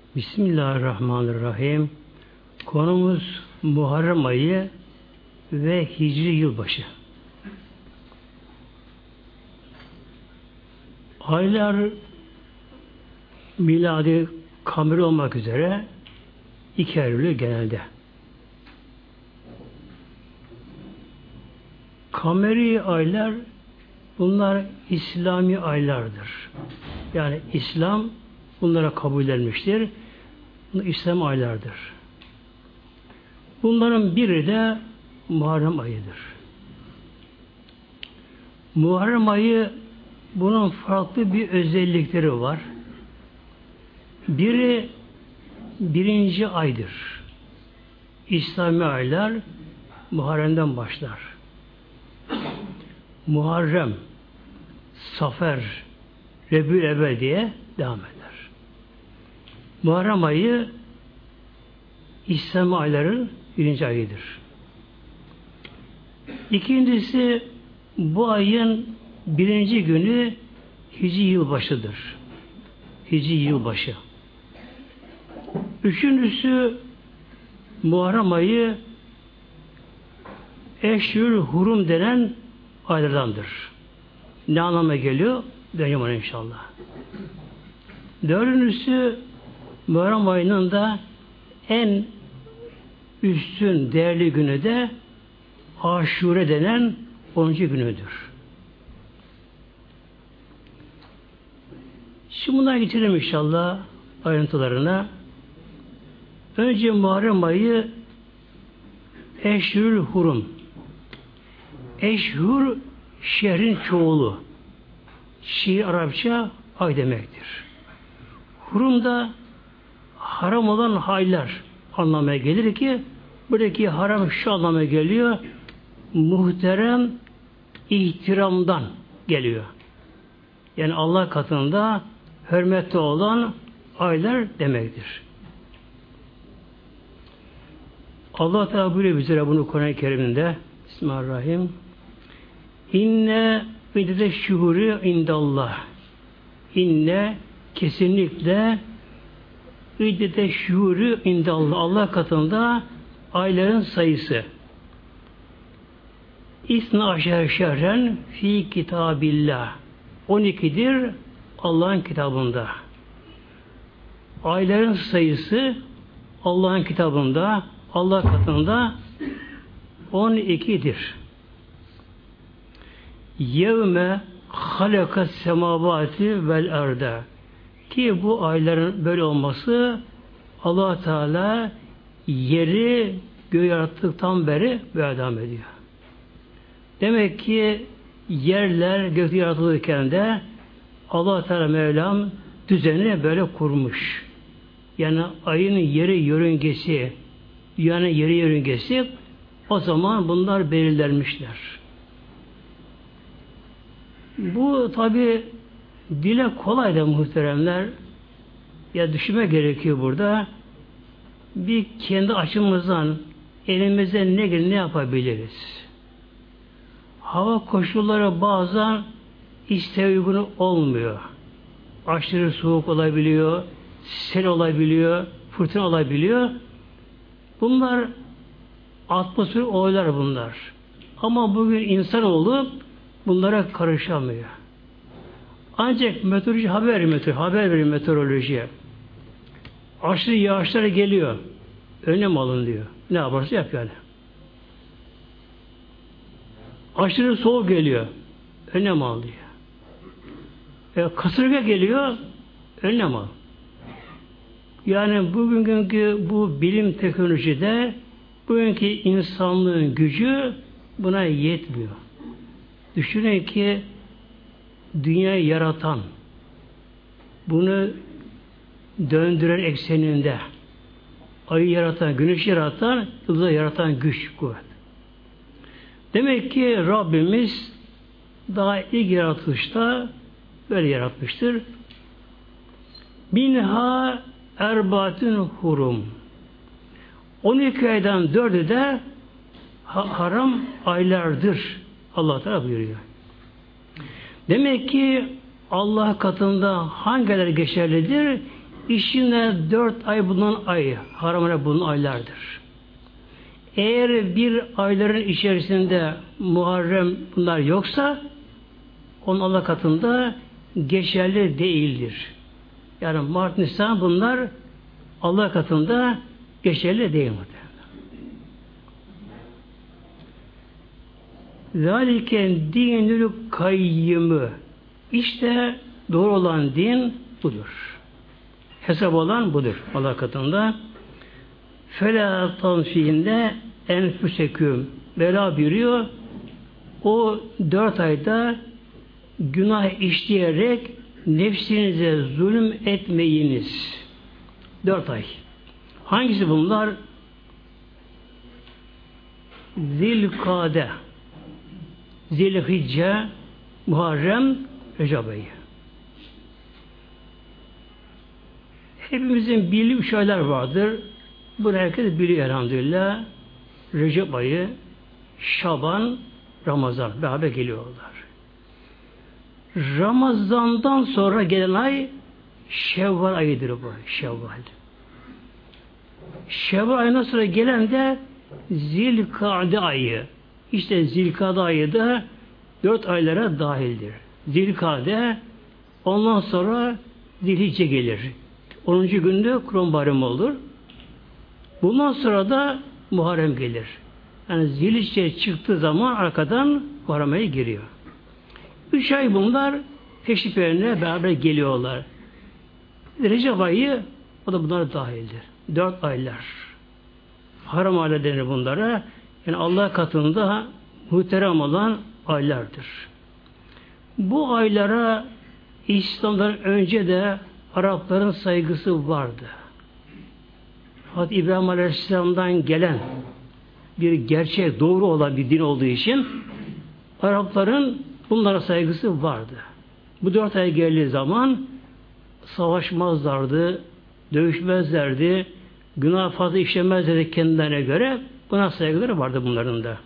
Bismillahirrahmanirrahim. Konumuz Muharrem ayı ve Hicri yılbaşı. Aylar miladi kameri olmak üzere 2 ayrılıyor genelde. Kameri aylar bunlar İslami aylardır. Yani İslam bunlara kabullenmiştir. Bunlar İslam aylardır. Bunların biri de Muharrem ayıdır. Muharrem ayı bunun farklı bir özellikleri var. Biri birinci aydır. İslami aylar Muharrem'den başlar. Muharrem, Safer, Rebül diye devam eder. Muharrem ayı İslam ayların birinci ayıdır. İkincisi bu ayın birinci günü Hicri yılbaşıdır. Hicri yılbaşı. Üçüncüsü Muharrem ayı Eşhur Hurum denen aylardandır. Ne anlama geliyor? Döneceğim ona inşallah. Dördüncüsü Muharrem ayının da en üstün, değerli günü de Aşure denen 10. günüdür. Şimdi bundan geçelim inşallah ayrıntılarına. Önce Muharrem ayı Eşhurul Hurum. Eşhur şehrin çoğulu. Şii Arapça ay demektir. Hurum da haram olan haylar anlamaya gelir ki buradaki haram şu anlamaya geliyor. Muhterem ihtiramdan geliyor. Yani Allah katında hürmetli olan aylar demektir. Allah Teala buyuruyor bize bunu Kur'an-ı Kerim'inde. Bismillahirrahmanirrahim. İnne iddet şuhuru indallah. İnne kesinlikle iddet şuhuru indallah. Allah katında ayların sayısı. İsna aşer şerren fi kitabillah. 12'dir Allah'ın kitabında. Ayların sayısı Allah'ın kitabında, Allah katında 12'dir. Yevme halakas semavati vel arda. Ki bu ayların böyle olması Allah Teala yeri göğü yarattıktan beri böyle devam ediyor. Demek ki yerler gökte yaratılırken de Allah Teala Mevlam düzeni böyle kurmuş. Yani ayın yeri yörüngesi, dünyanın yeri yörüngesi o zaman bunlar belirlenmişler. Bu tabi dile kolay da muhteremler. Ya düşünme gerekiyor burada. Bir kendi açımızdan elimize ne gelir ne yapabiliriz? Hava koşulları bazen isteğe uygun olmuyor. Aşırı soğuk olabiliyor, sel olabiliyor, fırtına olabiliyor. Bunlar atmosfer olaylar bunlar. Ama bugün insanoğlu bunlara karışamıyor. Ancak meteoroloji haber veriyor meteorolojiye. Aşırı yağışlar geliyor. Önlem alın diyor. Ne yaparsa yap yani. Aşırı soğuk geliyor. Önlem al diyor. Kasırga geliyor. Önlem al. Yani bugünkü bu bilim teknolojide bugünkü insanlığın gücü buna yetmiyor. Düşünün ki dünyayı yaratan, bunu döndüren ekseninde ayı yaratan, güneşi yaratan, yıldızı yaratan güç, kuvvet. Demek ki Rabbimiz daha ilk yaratılışta böyle yaratmıştır. Minha erbatun hurum. 12 aydan 4'ü de haram aylardır. Allah Teala buyuruyor. Demek ki Allah katında hangileri geçerlidir? İçinde 4 ay bulunan ay, haram bulunan aylardır. Eğer bir ayların içerisinde Muharrem bunlar yoksa onun Allah katında geçerli değildir. Yani Mart, Nisan bunlar Allah katında geçerli değil mi? Zalike dinül kayyımı. İşte doğru olan din budur. Hesap olan budur Allah katında. Fela tanfiinde enfüseküm. Bela buyuruyor. O 4 ayda günah işleyerek nefsinize zulüm etmeyiniz. 4 ay. Hangisi bunlar? Zilkade, Zilhicce, Muharrem, Recep ayı. Hepimizin bildiği 3 aylar vardır. Bunu herkes biliyor elhamdülillah. Recep ayı, Şaban, Ramazan beraber geliyorlar. Ramazan'dan sonra gelen ay Şevval ayıdır bu. Şevval. Şevval ayından sonra gelen de Zilkade ayı. İşte Zilkade ayı da 4 aylara dahildir. Zilkade, ondan sonra Zilhicce gelir. 10. günde Kurban Bayramı olur. Bundan sonra da Muharrem gelir. Yani Zilhicce çıktığı zaman arkadan Muharrem'e giriyor. 3 ay bunlar peşiperine beraber geliyorlar. Recep ayı, o da bunlara dahildir. 4 aylar. Haram aylar denir bunlara. Yani Allah katında muhterem olan aylardır. Bu aylara İslam'dan önce de Arapların saygısı vardı. Hazreti İbrahim Aleyhisselam'dan gelen bir gerçek, doğru olan bir din olduğu için Arapların bunlara saygısı vardı. Bu 4 ay geldiği zaman savaşmazlardı, dövüşmezlerdi, günah fazla işlemezlerdi kendilerine göre. Buna saygıları vardı bunların da.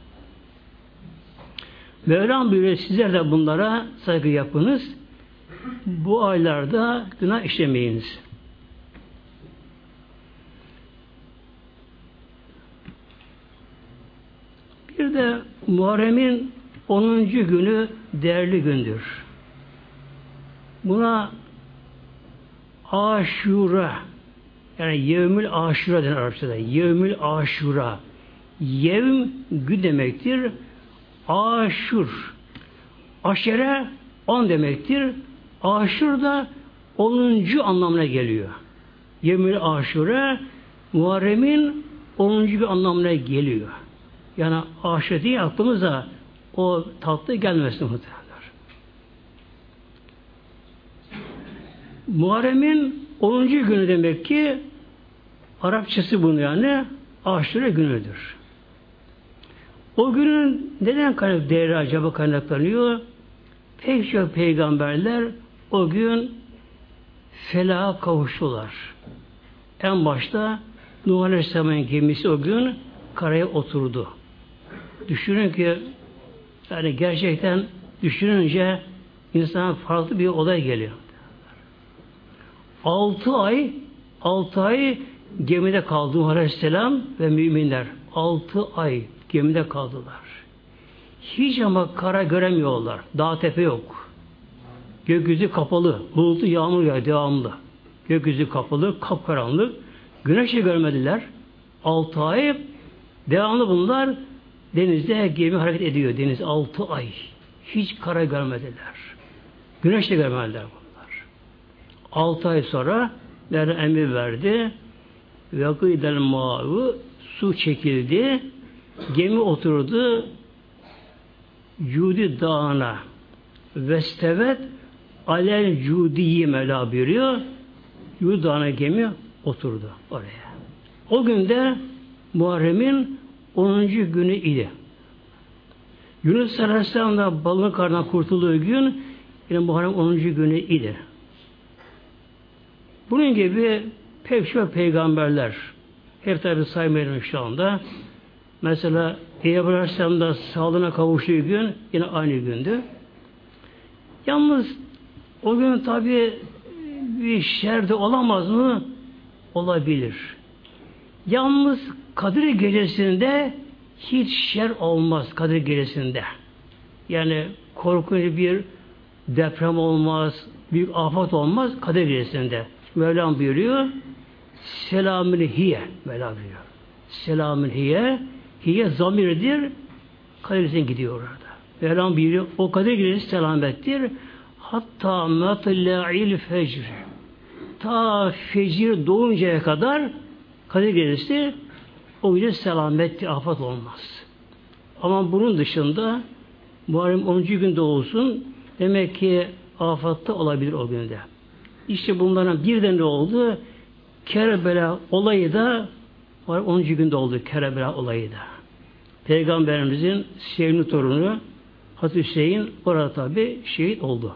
Mevlam buyuruyor, sizler de bunlara saygı yapınız. Bu aylarda günah işlemeyiniz. Bir de Muharrem'in 10. günü değerli gündür. Buna Aşura, yani Yevmül Aşura denir Arapçada. Yevmül Aşura. Yevm gün demektir. Aşur. Aşere 10 demektir. Aşur da 10. anlamına geliyor. Yevmül Aşura Muharrem'in 10. bir anlamına geliyor. Yani aşure diye aklımıza o tatlı gelmesin muhtemelen. Muharrem'in 10. günü demek ki Arapçası bunu yani aşure günüdür. O günün neden değeri acaba kaynaklanıyor? Pek çok peygamberler o gün felaha kavuştular. En başta Nuh Aleyhisselam'ın gemisi o gün karaya oturdu. Düşünün ki yani gerçekten düşününce insana farklı bir olay geliyor. 6 ay gemide kaldı Nuh Aleyhisselam ve müminler. 6 ay gemide kaldılar. Hiç ama kara göremiyorlar. Dağ tepe yok. Gökyüzü kapalı. Bulutlu yağmur yağıyor devamlı. Gökyüzü kapalı, kapkaranlık. Güneşi görmediler. 6 ay devamlı bunlar denizde gemi hareket ediyor. Deniz 6 ay. Hiç kara görmediler. Güneş de görmediler bunlar. 6 ay sonra Mevla emir verdi. Ve gıydel mâ'u su çekildi. Gemi oturdu Cudi Dağı'na. Vestevet alel Cudi'yi Mevla buyuruyor. Cudi Dağı'na gemi oturdu oraya. O günde Muharrem'in 10. günü idi. Yunus Aleyhisselam da balığın karnından kurtulduğu gün yine Muharrem 10. günü idi. Bunun gibi pek çok peygamberler, hep tabi saymayalım şu anda. Mesela Peygamber Aleyhisselam da sağlığına kavuştuğu gün yine aynı gündü. Yalnız o gün tabi bir şer de olamaz mı? Olabilir. Yalnız Kadir Gecesi'nde hiç şer olmaz Kadir Gecesi'nde. Yani korkunç bir deprem olmaz, büyük afet olmaz Kadir Gecesi'nde. Mevlam buyuruyor, selamün hiye, Mevlam buyuruyor. Selamün hiye, hiye zamirdir, Kadir Gecesi'ne gidiyor orada. Mevlam buyuruyor, o Kadir Gecesi selamettir, hatta matla'il fecr. Ta fecir doğuncaya kadar Kadir Gecesi o gece selametli, afet olmaz. Ama bunun dışında Muharrem 10. günde olsun demek ki afatta olabilir o günde. İşte bunların birden ne oldu? Kerbela olayı da 10. günde oldu Kerbela olayı da. Peygamberimizin sevimli torunu Hazreti Hüseyin orada tabi şehit oldu.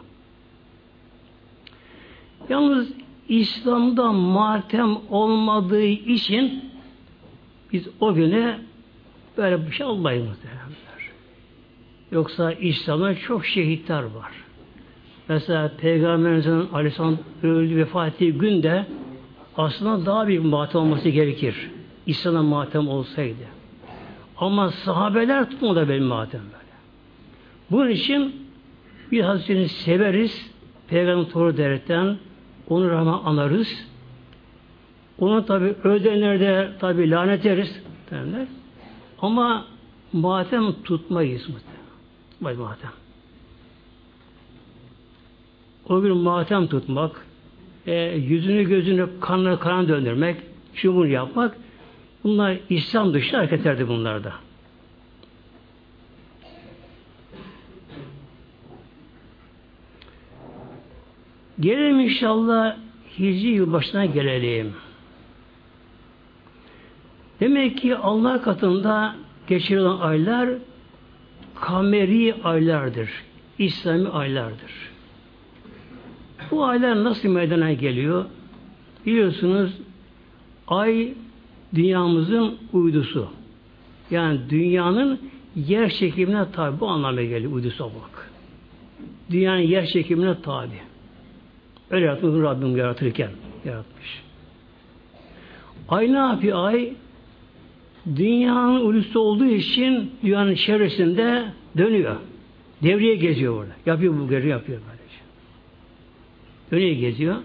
Yalnız İslam'da matem olmadığı için biz o güne böyle bir şey almayız muhtemelenler. Yoksa İslam'da çok şehitler var. Mesela Peygamberimizin Aleyhisselam öldü, vefat ettiği günde aslında daha büyük matem olması gerekir. İslam'da matem olsaydı. Ama sahabeler tutmadı benim matem böyle. Bunun için bir Hazretini severiz. Peygamber torunu derekten onu rahmet anarız. Onu tabi ödenlerde tabi lanet ederiz derler. Ama matem tutmayız muhtemelen. Matem. O gün matem tutmak, yüzünü gözünü kanına kan döndürmek, şu bunu yapmak, bunlar İslam dışı hareketlerdi bunlarda. Gelelim inşallah Hicri yılbaşına gelelim. Demek ki Allah katında geçirilen aylar kameri aylardır. İslami aylardır. Bu aylar nasıl meydana geliyor? Biliyorsunuz ay dünyamızın uydusu. Yani dünyanın yer çekimine tabi. Bu anlamda geliyor uydusu olmak. Dünyanın yer çekimine tabi. Öyle yaratmış Rabbim yaratırken yaratmış. Ay ne yapıyor ay? Dünyanın uydusu olduğu için dünyanın çevresinde dönüyor. Devreye geziyor orada. Yapıyor bu görevi yapıyor böylece. Dönüyor geziyor.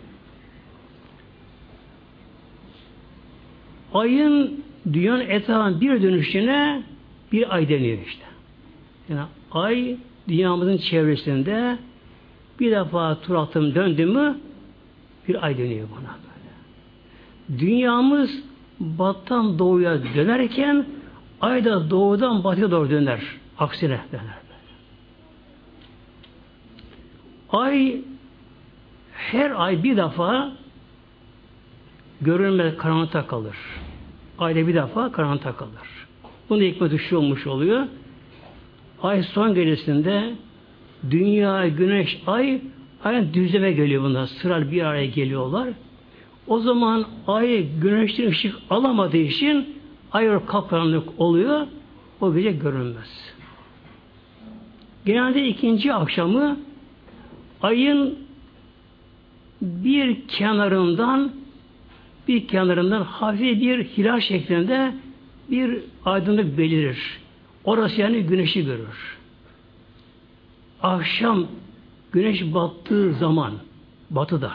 Ayın dünyanın etrafından bir dönüşüne bir ay deniyor işte. Yani ay dünyamızın çevresinde bir defa tur attım döndü mü bir ay dönüyor buna böyle. Dünyamız batıdan doğuya dönerken ay da doğudan batıya doğru döner. Aksine döner böyle. Ay her ay bir defa görünmez karanlıkta kalır. Ayda bir defa karanlıkta kalır. Bunun hikmeti şu olmuş oluyor. Ay son gecesinde dünya, güneş, ay aynen düzleme geliyor bunlar. Sıralı bir araya geliyorlar. O zaman ay güneşten ışık alamadığı için ay kapkaranlık oluyor. O gece görünmez. Genelde ikinci akşamı ayın bir kenarından hafif bir hilal şeklinde bir aydınlık belirir. Orası yani güneşi görür. Akşam güneş battığı zaman batıda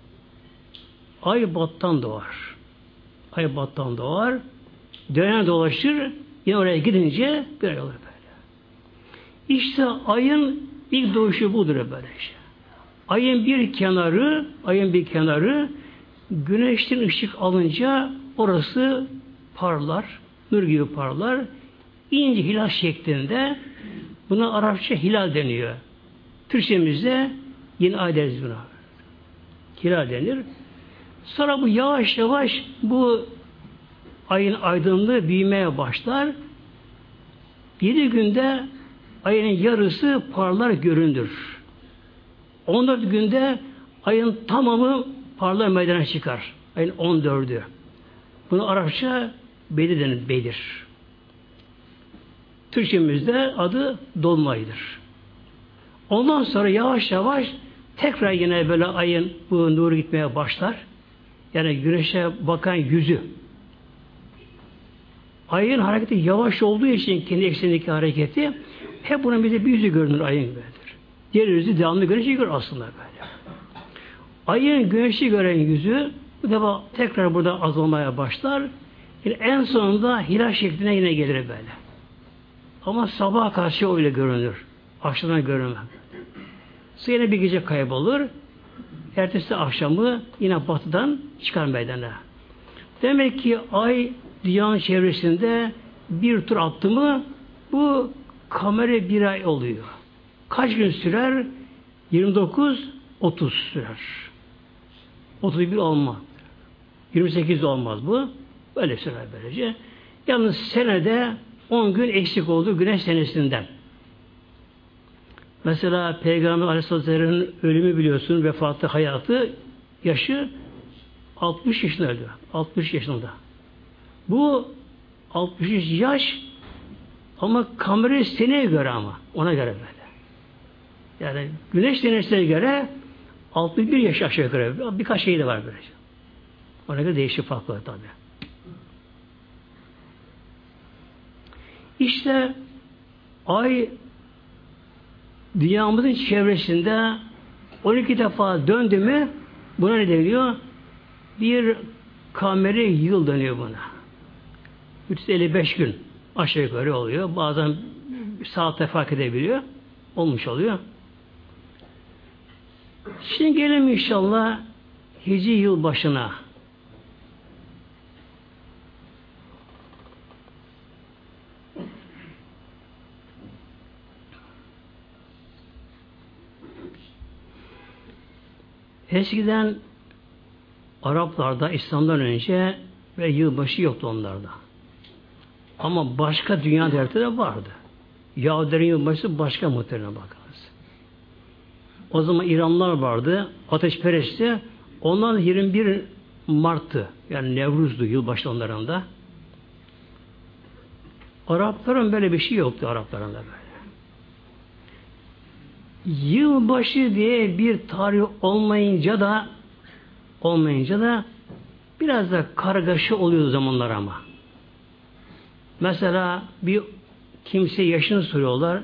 ay battan doğar. Ay battan doğar. Döner dolaşır. Yine oraya gidince böyle olur böyle. İşte ayın ilk doğuşu budur böyle işte. Ayın bir kenarı güneşten ışık alınca orası parlar. Nur gibi parlar. İnce hilal şeklinde buna Arapça hilal deniyor. Türkçemizde yine ay deriz buna. Hilal denir. Sonra bu yavaş yavaş bu ayın aydınlığı büyümeye başlar. 7 günde ayın yarısı parlar göründür. 14 günde ayın tamamı parlar meydana çıkar. Ayın 14'ü. Bunu Arapça Bedir denir. Bedir. Türkçemizde adı dolunaydır. Ondan sonra yavaş yavaş Tekrar yine böyle ayın bu nuru gitmeye başlar. Yani güneşe bakan yüzü. Ayın hareketi yavaş olduğu için kendi eksenindeki hareketi hep bunun bize bir yüzü görünür ayın böyledir. Diğer yüzü devamlı güneşi görür aslında böyle. Ayın güneşi gören yüzü bu defa tekrar burada azalmaya başlar. Yani en sonunda hilal şekline yine gelir böyle. Ama sabaha karşı öyle görünür. Akşamdan görünmez. Sonra yine bir gece kaybolur. Ertesi akşamı yine batıdan çıkar meydana. Demek ki ay dünyanın çevresinde bir tur attı mı bu kamera bir ay oluyor. Kaç gün sürer? 29-30 sürer. 31 olmaz. 28 olmaz bu. Böyle sürer böylece. Yalnız senede 10 gün eksik oldu güneş senesinden. Mesela Peygamber Aleyhisselatü'nün ölümü biliyorsun, vefatı, hayatı, yaşı 60 yaşında öldü. 60 yaşında. Bu 63 yaş ama kamera seneye göre ama. Ona göre böyle. Yani güneş senesine göre 61 yaş aşağı yukarı. Birkaç şey de var böyle. Ona göre değişik farklı tabi. İşte ay dünyamızın çevresinde 12 defa döndü mü buna ne deniyor? Bir kamera yıl dönüyor buna. 355 gün aşağı yukarı oluyor. Bazen saatte fark edebiliyor. Olmuş oluyor. Şimdi gelelim inşallah Hicri yıl başına. Eskiden Araplarda İslam'dan önce ve yılbaşı yoktu onlarda. Ama başka dünya devletleri de vardı. Yahudilerin yılbaşı başka muhtemelen bakarız. O zaman İranlılar vardı. Ateşperestti. Onlar 21 Mart'tı. Yani Nevruz'du yılbaşı onların da. Arapların böyle bir şey yoktu Arapların da böyle. Yılbaşı diye bir tarih olmayınca da biraz da kargaşa oluyor zamanlar ama. Mesela bir kimse yaşını soruyorlar.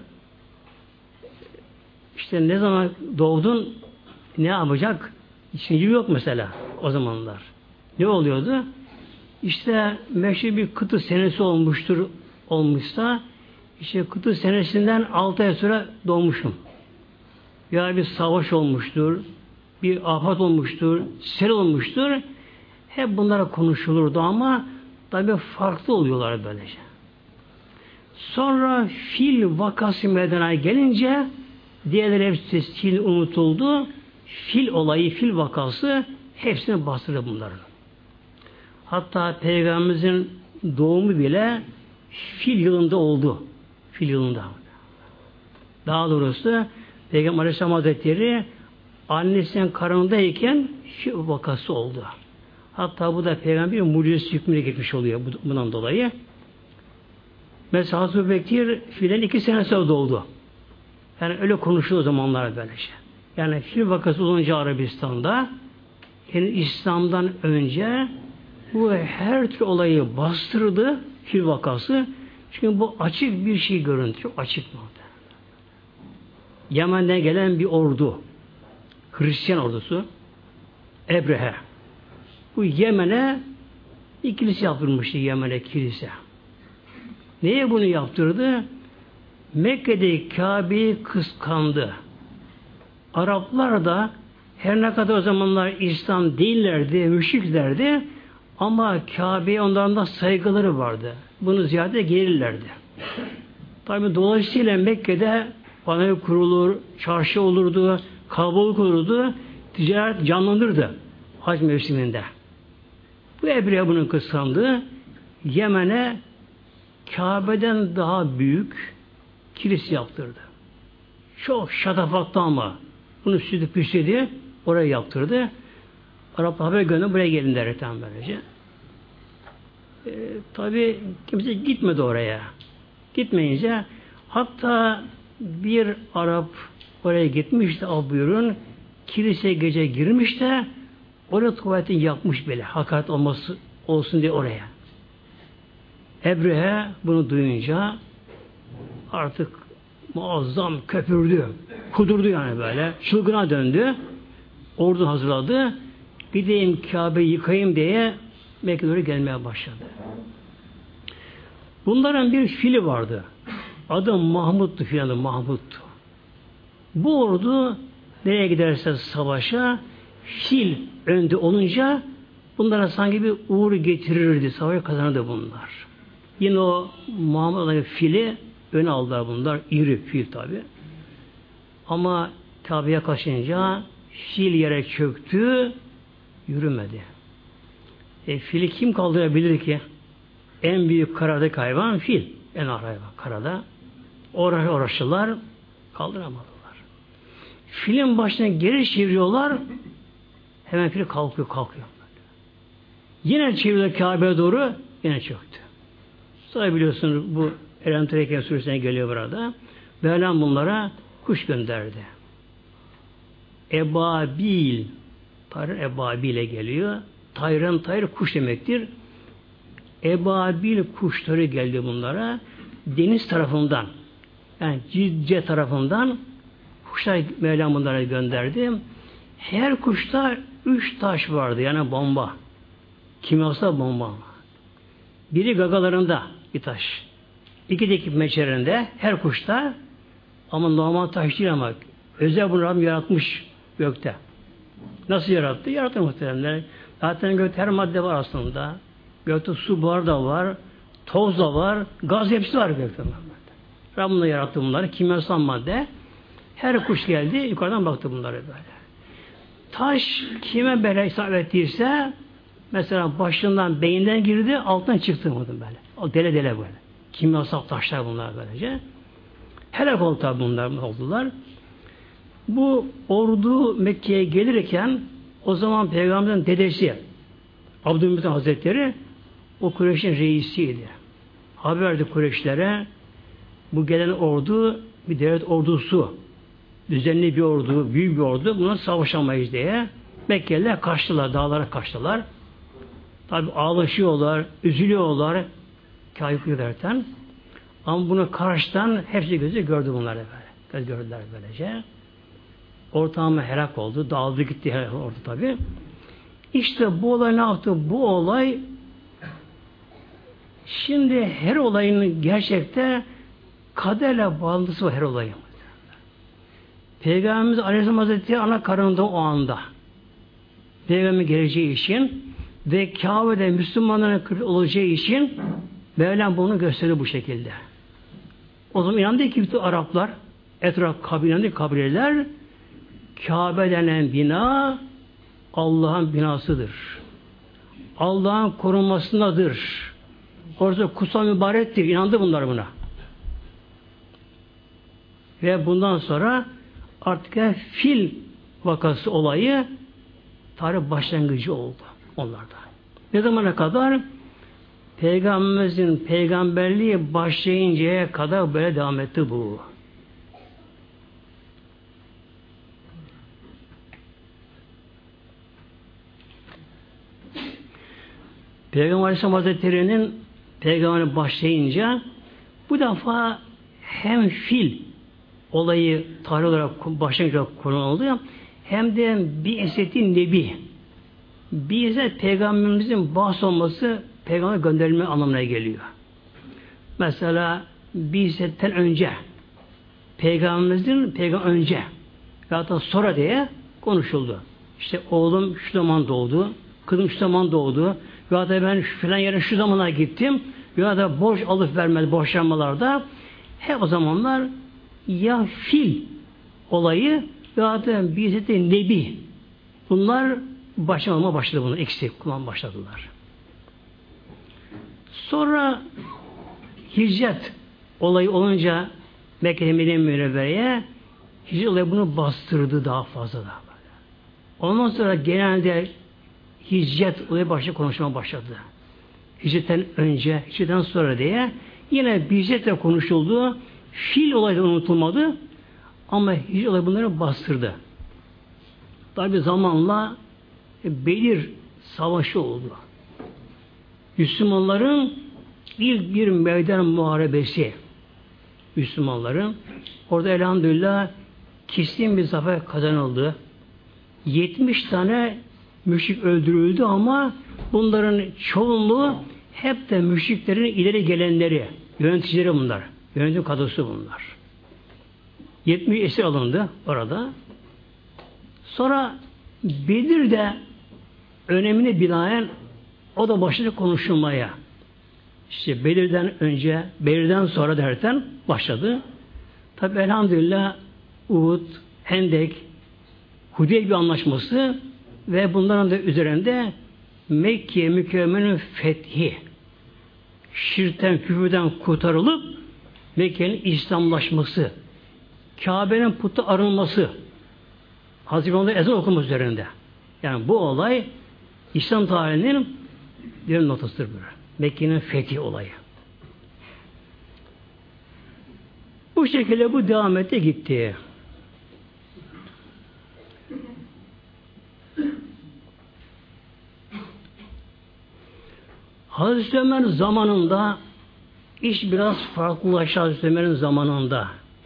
İşte ne zaman doğdun, ne yapacak? İçinci yok mesela o zamanlar. Ne oluyordu? İşte meşhur bir kıtı senesi olmuşsa işte kıtı senesinden 6 ay sonra doğmuşum. Ya bir savaş olmuştur, bir afet olmuştur, sel olmuştur. Hep bunlara konuşulurdu ama tabii farklı oluyorlar böylece. Sonra fil vakası meydana gelince diğerleri hepsi fil unutuldu. Fil olayı, fil vakası hepsini bastırdı bunların. Hatta Peygamberimizin doğumu bile fil yılında oldu. Fil yılında. Daha doğrusu Peygamber Aleyhisselam Hazretleri annesinin karnındayken fil vakası oldu. Hatta bu da Peygamber'in mucizesi hükmüne geçmiş oluyor bundan dolayı. Mesela Hazreti Bekir filan 2 sene sonra doğdu. Yani öyle konuşuyor o zamanlar böylece. Yani fil vakası olunca Arabistan'da yani İslam'dan önce bu her tür olayı bastırdı fil vakası. Çünkü bu açık bir şey görüntü. Çok açık mı? Yemen'den gelen bir ordu. Hristiyan ordusu. Ebrehe. Bu Yemen'e bir kilise yaptırmıştı Yemen'e kilise. Neye bunu yaptırdı? Mekke'de Kabe'yi kıskandı. Araplar da her ne kadar o zamanlar İslam değillerdi, müşriklerdi ama Kabe'ye onların da saygıları vardı. Bunu ziyade gelirlerdi. Tabi dolayısıyla Mekke'de panel kurulur, çarşı olurdu, kalabalık olurdu, ticaret canlanırdı hac mevsiminde. Bu Ebrehe bunu kıskandı. Yemen'e Kabe'den daha büyük kilise yaptırdı. Çok şatafatlı ama bunu süsledi püsledi oraya yaptırdı. Araplar haber gönderdi buraya gelin derken böylece. Tabi kimse gitmedi oraya. Gitmeyince hatta bir Arap oraya gitmişti, al buyurun, kiliseye gece girmiş de oraya tuvaleti yapmış bile. Hakaret olması olsun diye oraya. Ebrehe bunu duyunca artık muazzam köpürdü. Kudurdu yani böyle. Çılgına döndü. Ordu hazırladı. Gideyim Kabe'yi yıkayayım diye Mekke'ye doğru gelmeye başladı. Bunların bir fili vardı. Adı Mahmud'tu filanı, Mahmud'tu. Bu ordu nereye giderse savaşa fil önde olunca bunlara sanki bir uğur getirirdi. Savaşı kazanırdı bunlar. Yine o Mahmud'un fili öne aldılar bunlar. İri fil tabi. Ama Kabe'ye kaçınca fil yere çöktü, yürümedi. Fili kim kaldırabilir ki? En büyük karadaki hayvan fil. En ağır hayvan karada. Uğraşırlar, kaldıramadılar. Filin başına geri çeviriyorlar, hemen fil kalkıyor. Yine çeviriyor Kabe'ye doğru, yine çöktü. Sonra biliyorsunuz bu Elhamdülillah Suresi'ne geliyor burada. Mevlam bunlara kuş gönderdi. Ebabil, Ebabil'e geliyor. Tayr kuş demektir. Ebabil kuşları geldi bunlara. Deniz tarafından, yani Cidce tarafından kuşlar Mevlam bunlara gönderdi. Her kuşta 3 taş vardı. Yani bomba. Kimyasal bomba. Biri gagalarında bir taş. 2 de meçerinde her kuşta, ama normal taş değil ama özel bunu Rabbim yaratmış gökte. Nasıl yarattı? Yarattı muhteremler. Zaten gökte her madde var aslında. Gökte su buharı da var, toz da var, gaz hepsi var gökte. Rabbim de yarattı bunları. Kimyasal madde. Her kuş geldi, yukarıdan baktı bunlara böyle. Taş kime böyle isabet ettiyse, mesela başından, beyinden girdi, altından çıktı böyle. O dele böyle. Kimyasal taşlar bunlar böylece. Helak oldu tabi bunlar oldular. Bu ordu Mekke'ye gelirken o zaman Peygamber'in dedesi Abdülmuttalip Hazretleri o Kureyş'in reisiydi. Haber verdi Kureyşlere, bu gelen ordu bir devlet ordusu, düzenli bir ordu, büyük bir ordu, buna savaşamayız diye Mekkeliler kaçtılar, dağlara kaçtılar. Tabi ağlaşıyorlar, üzülüyorlar kâyıklı derken. Ama bunu karşıdan hepsi gözü gördü bunları böyle. Göz gördüler böylece. Ortamı helak oldu, dağıldı gitti ordu tabi. İşte bu olay ne yaptı? Bu olay şimdi her olayın gerçekte kaderle bağlantısı var her olayın. Peygamberimiz Aleyhisselam Hazretleri ana karnında o anda. Peygamberin geleceği için ve Kabe'de Müslümanların olacağı için Mevlam bunu gösteriyor bu şekilde. O zaman inandı ki bütün Araplar, etraf kabileler Kabe denen bina Allah'ın binasıdır. Allah'ın korunmasındadır. Orası kutsal mübarektir. İnandı bunlar buna. Ve bundan sonra artık fil vakası olayı tarih başlangıcı oldu onlarda. Ne zamana kadar? Peygamberimizin peygamberliği başlayıncaya kadar böyle devam etti bu. Peygamber Aleyhisselam Hazretleri'nin peygamberliği başlayınca bu defa hem fil olayı tarih olarak başlangıç konu oldu, hem de bir eseti nebi. Bir eset peygamberimizin bahs olması peygamber gönderilme anlamına geliyor. Mesela bir esetten önce peygamberimizin peygamber önce ve hatta sonra diye konuşuldu. İşte oğlum şu zaman doğdu, kızım şu zaman doğdu, ya da ben filan yere şu zamana gittim, ya da borç alıp vermeli borçlanmalarda hep o zamanlar ya fil olayı ya da bir eseti nebi. Bunlar başlamama başladı, bunu eksik kullanmaya başladılar. Sonra hicret olayı olunca Mekke'de Medine Münevvere'ye hicret olayı bunu bastırdı daha fazla da. Ondan sonra genelde hicret olayı başta konuşmaya başladı. Hicretten önce, hicretten sonra diye yine bir hicretle konuşuldu. Fil olayı unutulmadı ama hicret olayı bunları bastırdı. Tabi zamanla Bedir Savaşı oldu. Müslümanların ilk bir meydan muharebesi. Müslümanların. Orada elhamdülillah kesin bir zafer kazanıldı. 70 tane müşrik öldürüldü ama bunların çoğunluğu hep de müşriklerin ileri gelenleri, yöneticileri bunlar. Yönetim kadrosu bunlar. 70 esir alındı orada. Sonra Bedir'de önemine binaen o da başladı konuşulmaya. İşte Bedir'den önce, Bedir'den sonra derken başladı. Tabi elhamdülillah Uhud, Hendek, Hudeybiye anlaşması ve bunların da üzerinde Mekke mükerremenin fethi, şirkten, küfürden kurtarılıp Mekke'nin İslamlaşması, Kabe'nin putu arınması, Hazreti Peygamber'in ezan okuması üzerinde. Yani bu olay İslam tarihinin bir notasıdır böyle. Mekke'nin fethi olayı. Bu şekilde bu devam etti gitti. Hazreti Ömer zamanında iş biraz farklılaştı Hazreti Ömer'in zamanında.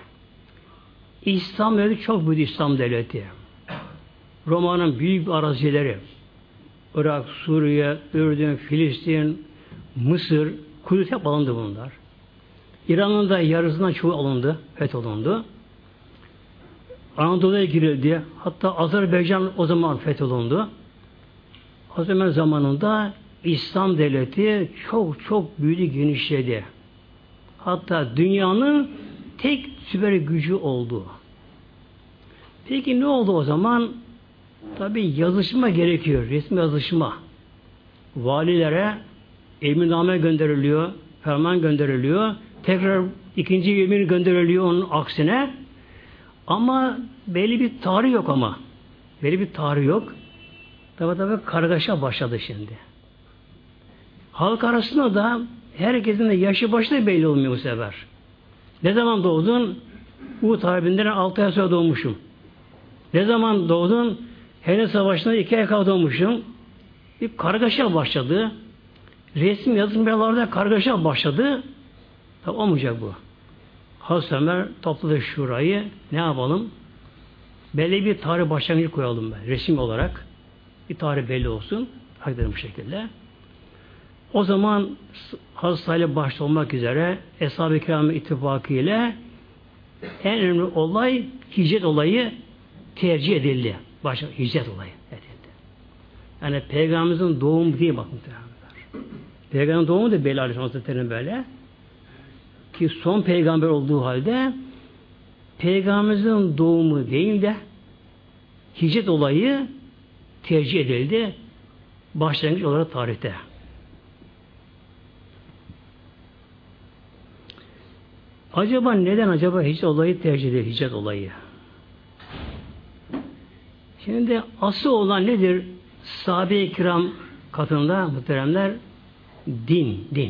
İslam devleti çok büyük İslam devleti. Roma'nın büyük arazileri, Irak, Suriye, Ürdün, Filistin, Mısır, Kudüs hep alındı bunlar. İran'ın da yarısından çoğu alındı, fetholundu. Anadolu'ya girildi. Hatta Azerbaycan o zaman fetholundu. O zaman zamanında İslam devleti çok çok büyüdü, genişledi. Hatta dünyanın tek süper gücü oldu. Peki ne oldu o zaman? Tabi yazışma gerekiyor, resmi yazışma. Valilere emirname gönderiliyor, ferman gönderiliyor, tekrar ikinci emir gönderiliyor onun aksine. Ama belli bir tarih yok ama. Belli bir tarih yok. Tabi kargaşa başladı şimdi. Halk arasında da herkesin de yaşı başta belli olmuyor bu sefer. Ne zaman doğdun? Uhud Harbi'nden 6 ay sonra doğmuşum. Ne zaman doğdun? Henüz Savaşı'nda 2 ay kadar doğmuşum. Bir kargaşa başladı. Resim yazılmalarda kargaşa başladı. Tabi olmayacak bu. Hazreti Ömer topladı şurayı. Ne yapalım? Belli bir tarih başlangıcı koyalım ben. Resim olarak. Bir tarih belli olsun. Hakikaten bu şekilde. O zaman Hazreti Ali başta olmak üzere Eshab-ı Kiram ittifakı ile en önemli olay hicret olayı tercih edildi. Başka hicret olayı edildi. Yani Peygamberimizin doğumu değil bakın. Peygamberin doğumu da belli Aleyhisselam Hazretleri'nin böyle. Ki son peygamber olduğu halde Peygamberimizin doğumu değil de hicret olayı tercih edildi. Başlangıç olarak tarihte. Acaba neden hicret olayı tercih edilir? Hicret olayı. Şimdi asıl olan nedir? Sahabe-i kiram katında muhteremler din.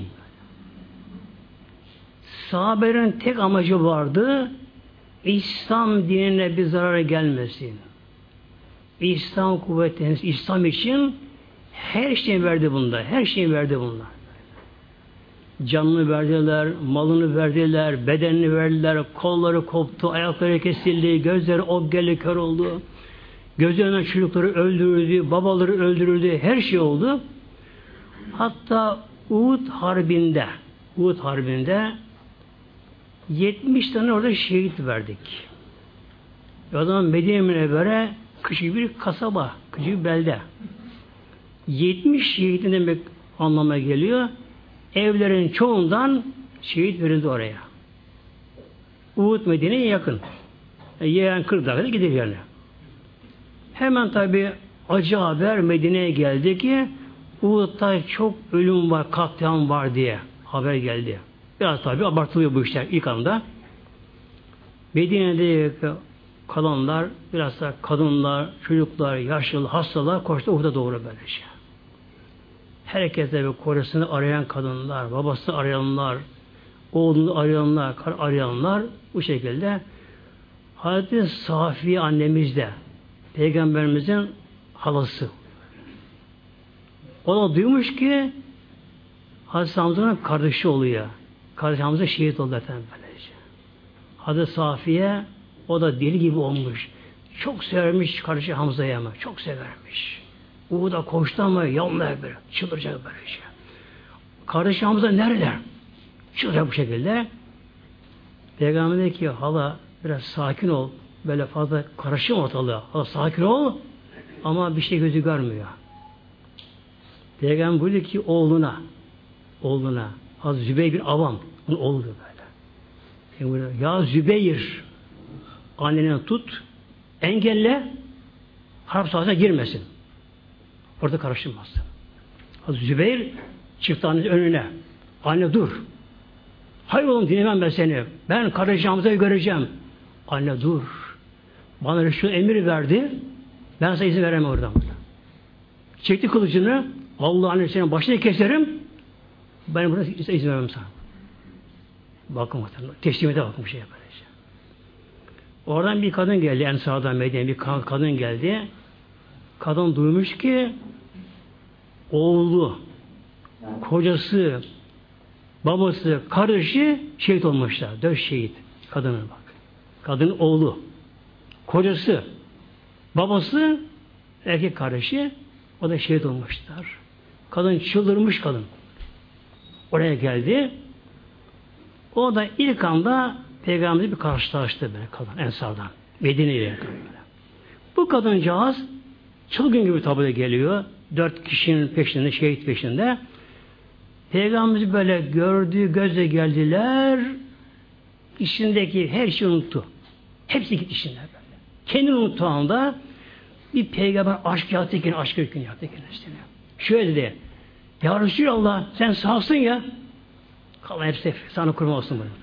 Sahabelerin tek amacı vardı, İslam dinine bir zarar gelmesin. İslam kuvvetlenir, İslam için her şeyi verdi bunda, her şeyi verdi bunlar. Canını verdiler, malını verdiler, bedenini verdiler, kolları koptu, ayakları kesildi, gözleri okgeli kör oldu. Gözlerinden çocukları öldürüldü, babaları öldürüldü, her şey oldu. Hatta Uhud Harbi'nde 70 tane orada şehit verdik. O zaman Medine Münevvere küçük bir kasaba, küçük bir belde. 70 şehit demek anlamına geliyor. Evlerin çoğundan şehit verildi oraya. Uhud Medine'ye yakın. Yani 40 dakikada gider yani. Hemen tabi acı haber Medine'ye geldi ki Uhud'da çok ölüm var, katliam var diye haber geldi. Biraz tabi abartılıyor bu işler ilk anda. Medine'de kalanlar, biraz da kadınlar, çocuklar, yaşlılar, hastalar koştu Uhud'a doğru böylece. Herkese bir kocasını arayan kadınlar, babasını arayanlar, oğlunu arayanlar bu şekilde Hazreti Safiye annemiz de Peygamberimizin halası. O da duymuş ki Hazreti Hamza'nın kardeşi oluyor. Kardeş Hamza şehit oldu efendim böylece. Hazreti Safiye o da deli gibi olmuş. Çok severmiş kardeşi Hamza'ya ama. Çok severmiş. Uhud'a koştu ama yanına böyle. Çıldıracak böylece. Kardeşi Hamza nerede? Çıldıracak bu şekilde. Peygamber dedi ki hala biraz sakin ol. Böyle fazla karışım ortalığa. Hala sakin ol. Ama bir şey gözü görmüyor. Peygamber buyurdu ki oğluna Hazreti Zübeyir bin Avam onun oğlu böyle. Ya Zübeyir anneni tut engelle harp sahasına girmesin. Orada karışılmaz. Hazreti Zübeyir çıktı annenin önüne. Anne dur. Hayır oğlum dinlemem ben seni. Ben kardeşi Hamza'yı göreceğim. Anne dur. Bana şu emir verdi. Ben sana izin veremem oradan. Çekti kılıcını. Allah anne senin başını keserim. Ben burada izin vermem sana. Bakın muhtemelen. Teslimiyete bakın bir şey yapar. Oradan bir kadın geldi. Ensar'dan Medine'ye bir kadın geldi. Kadın duymuş ki oğlu, kocası, babası, kardeşi şehit olmuşlar. 4 şehit. Kadının bak. Kadının oğlu, kocası, babası, erkek kardeşi o da şehit olmuşlar. Kadın çıldırmış kadın. Oraya geldi. O da ilk anda Peygamber'le bir karşılaştı böyle kadın Ensar'dan. Medine'ye. Bu kadıncağız çılgın gibi tabi geliyor. 4 kişinin peşinde, şehit peşinde. Peygamber'i böyle gördüğü gözle geldiler. İçindeki her şeyi unuttu. Hepsi gitti içinden böyle. Kendini unuttuğu anda bir peygamber aşk yaktı kendini, aşk yaktı kendisini. Şöyle dedi. Ya Resulallah sen sağsın ya. Kalan hepsi sana kurma olsun böyle.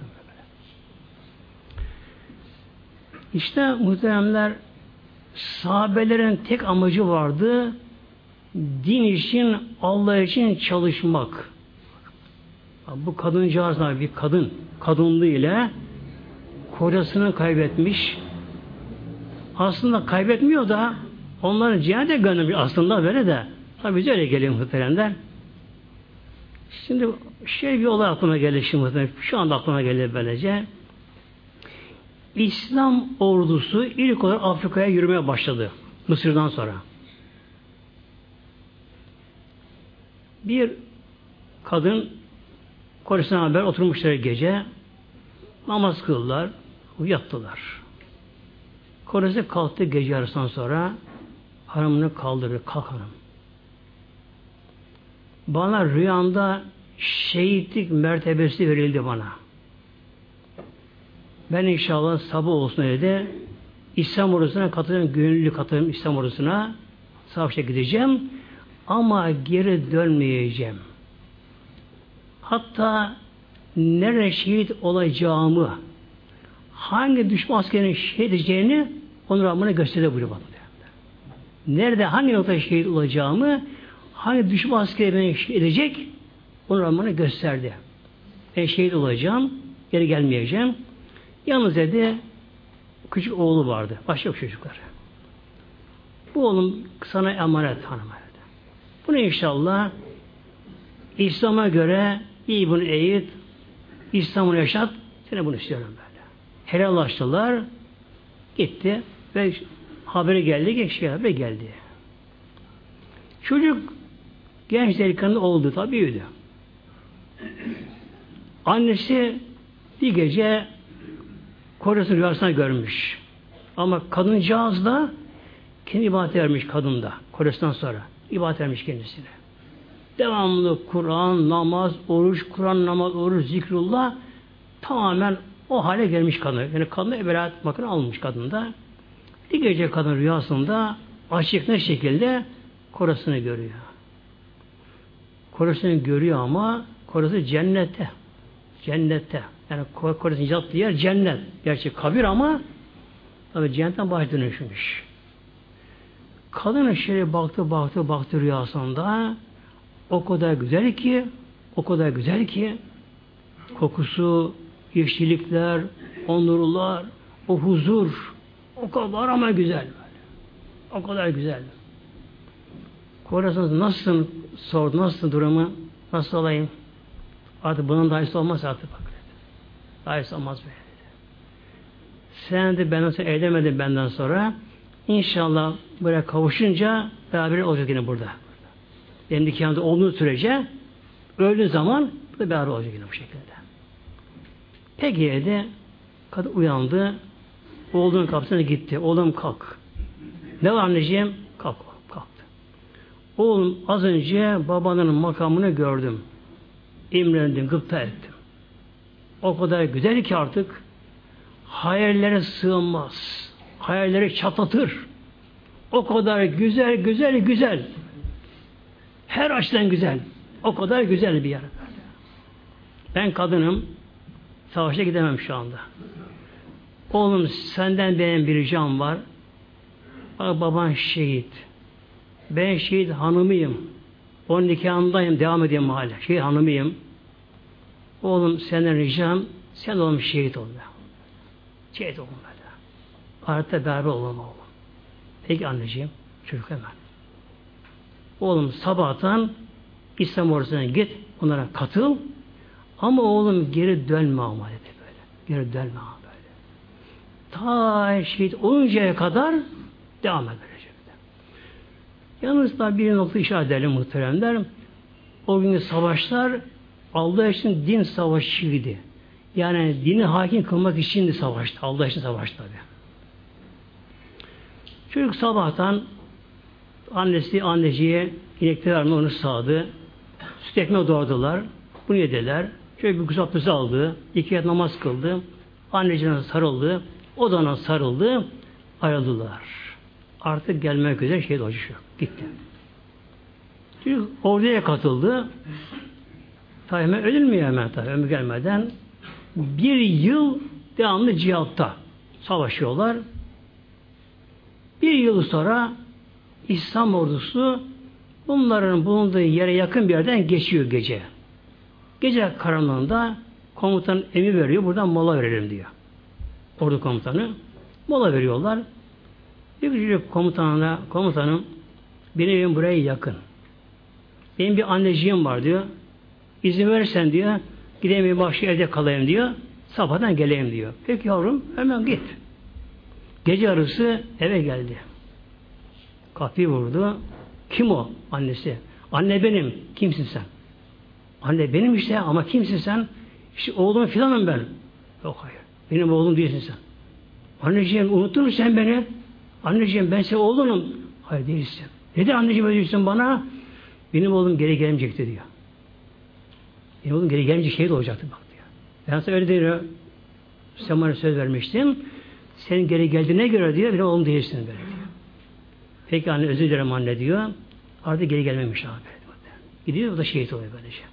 İşte muhteremler sahabelerin tek amacı vardı. Din için, Allah için çalışmak. Bu kadıncağızlar bir kadınlığı ile kocasını kaybetmiş. Aslında kaybetmiyor da onların cihane göndermiş aslında böyle de. Tabi bize öyle geliyor muhteremler. Şimdi bir olay aklıma geldi şimdi. Şu anda aklıma geldi böylece. İslam ordusu ilk olarak Afrika'ya yürümeye başladı. Mısır'dan sonra. Bir kadın kocasına haber oturmuşlar gece. Namaz kıldılar. Yattılar. Kocası kalktı gece yarısından sonra hanımını kaldırdı. Kalk hanım. Bana rüyamda şehitlik mertebesi verildi bana. Ben inşallah sabah olsun dedi. İslam ordusuna katılıyorum. Gönüllü katılıyorum İslam ordusuna. Savaşa gideceğim. Ama geri dönmeyeceğim. Hatta nerede şehit olacağımı, hangi düşman askerinin şehit edeceğini onu Rabbine gösterdi buyuruyor bana. Nerede, hangi noktada şehit olacağımı, hangi düşman askeri beni şehit edecek onu Rabbine gösterdi. Ben şehit olacağım, geri gelmeyeceğim. Yalnız dedi, küçük oğlu vardı. Başka yok çocuklar. Bu oğlum sana emanet hanıma dedi. Bunu inşallah İslam'a göre iyi bunu eğit, İslam'ı yaşat, seni bunu istiyorum böyle. Helallaştılar, gitti ve haberi geldi ki haberi geldi. Çocuk genç delikanlı oldu tabii büyüdü. Annesi bir gece kocasının rüyasına görmüş. Ama kadıncağız da kendi ibadet vermiş kadında. Kocasından sonra ibadet vermiş kendisine. Devamlı Kur'an, namaz, oruç, Kur'an, namaz, oruç, zikrullah tamamen o hale gelmiş kadın. Yani kadın ebelat bakın almış kadında. Bir gece kadın rüyasında açık ne şekilde kocasını görüyor. Kocasını görüyor ama kocası cennette. Cennette. Yani kocasının yattığı yer cennet. Gerçi kabir ama tabi cennetten baş dönüşmüş. Kadın şöyle baktı rüyasında o kadar güzel ki kokusu, yeşillikler, o nurlar, o huzur o kadar ama güzel böyle. O kadar güzel. Korasınız nasılsın? Sordu. Nasılsın durumu? Nasıl olayım? Artık bunun dahisi olmaz artık bak. Dahisi olmaz böyle. Sen de ben nasıl eylemedim benden sonra. İnşallah buraya kavuşunca beraber olacak yine burada. Benim nikahımda olduğu sürece öldüğü zaman burada beraber olacak yine bu şekilde. Peki dedi. Kadın uyandı. Oğlunun kapısına gitti. Oğlum kalk. Ne var anneciğim? Kalktı. Oğlum az önce babanın makamını gördüm. İmrendim, gıpta ettim. O kadar güzel ki artık hayallere sığınmaz. Hayalleri çatlatır. O kadar güzel. Her açıdan güzel. O kadar güzel bir yer. Ben kadınım. Savaşa gidemem şu anda. Oğlum senden benim bir ricam var. Bak baban şehit. Ben şehit hanımıyım. Onun nikahındayım. Devam edeyim hala. Şehit hanımıyım. Oğlum senden ricam sen oğlum şehit ol. Şehit olun böyle. Artık beraber olalım oğlum. Peki anneciğim. Çocuk hemen. Oğlum sabahtan İslam ordusuna git. Onlara katıl. Ama oğlum geri dönme ama dedi böyle. Geri dönme ama böyle. Ta şehit oluncaya kadar devam eder. Yalnız da bir nokta işaret edelim muhteremler. O günkü savaşlar Allah için din savaşıydı. Yani dini hakim kılmak için de savaştı. Allah için savaştı tabi. Çocuk sabahtan anneciye ineklerini onu sağdı. Süt ekmeği doğradılar. Bunu yediler. Şöyle bir güzel abdesti aldı. 2 rekat namaz kıldı. Anneciğine sarıldı. O da ona sarıldı. Ayrıldılar. Artık gelmek üzere şehit olacak. Gitti. Çocuk orduya katıldı. Tabi hemen ölülmüyor hemen tabi. Ömür gelmeden 1 yıl devamlı cihatta savaşıyorlar. 1 yıl sonra İslam ordusu bunların bulunduğu yere yakın bir yerden geçiyor gece. Gece karanlığında komutan emir veriyor. Buradan mola verelim diyor. Ordu komutanı. Mola veriyorlar. Bir komutanım benim evim buraya yakın. Benim bir anneciğim var diyor. İzin verirsen diyor gideyim başka evde kalayım diyor. Sabahdan geleyim diyor. Peki yavrum hemen git. Gece yarısı eve geldi. Kapıyı vurdu. Kim o? Annesi. Anne benim. Kimsin sen? Anne benim işte ama kimsin sen? İşte oğlum filanım ben. Yok hayır. Benim oğlum değilsin sen. Anneciğim unuttun mu sen beni? Anneciğim ben senin oğlunum. Hayır değilsin. Neden anneciğim öyle diyorsun bana? Benim oğlum geri gelmeyecekti diyor. Benim oğlum geri gelmeyecek şehit olacaktı bak diyor. Ben sana öyle diyor. Sen bana söz vermiştin. Senin geri geldiğine göre diyor benim oğlum değilsin böyle diyor. Peki anne özür dilerim anne diyor. Artık geri gelmemiş abi. Gidiyor o da şehit oluyor böylece.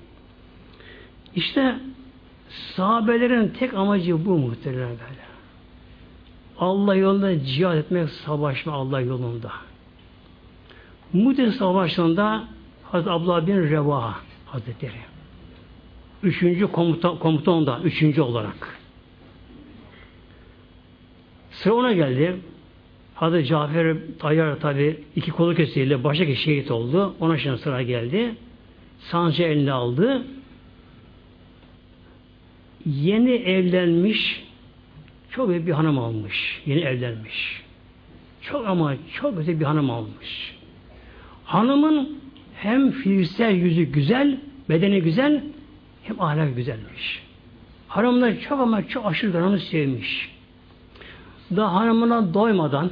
İşte sahabelerin tek amacı bu muhtemelen böyle. Allah yolunda cihad etmek, savaşma Allah yolunda. Muhtemelen savaşında Hazreti Abdullah bin Revaha Hazretleri. 3. komutandan 3. olarak. Sıra ona geldi. Hazreti Cafer Tayyar tabi 2 kolu kesildi. Baştaki şehit oldu. Ona şimdi sıra geldi. Sancı eline aldı. Yeni evlenmiş çok iyi bir hanım almış. Yeni evlenmiş. Çok güzel bir hanım almış. Hanımın hem fiziksel yüzü güzel, bedeni güzel, hem ahlakı güzelmiş. Hanım da çok aşırı hanımı sevmiş. Daha hanımına doymadan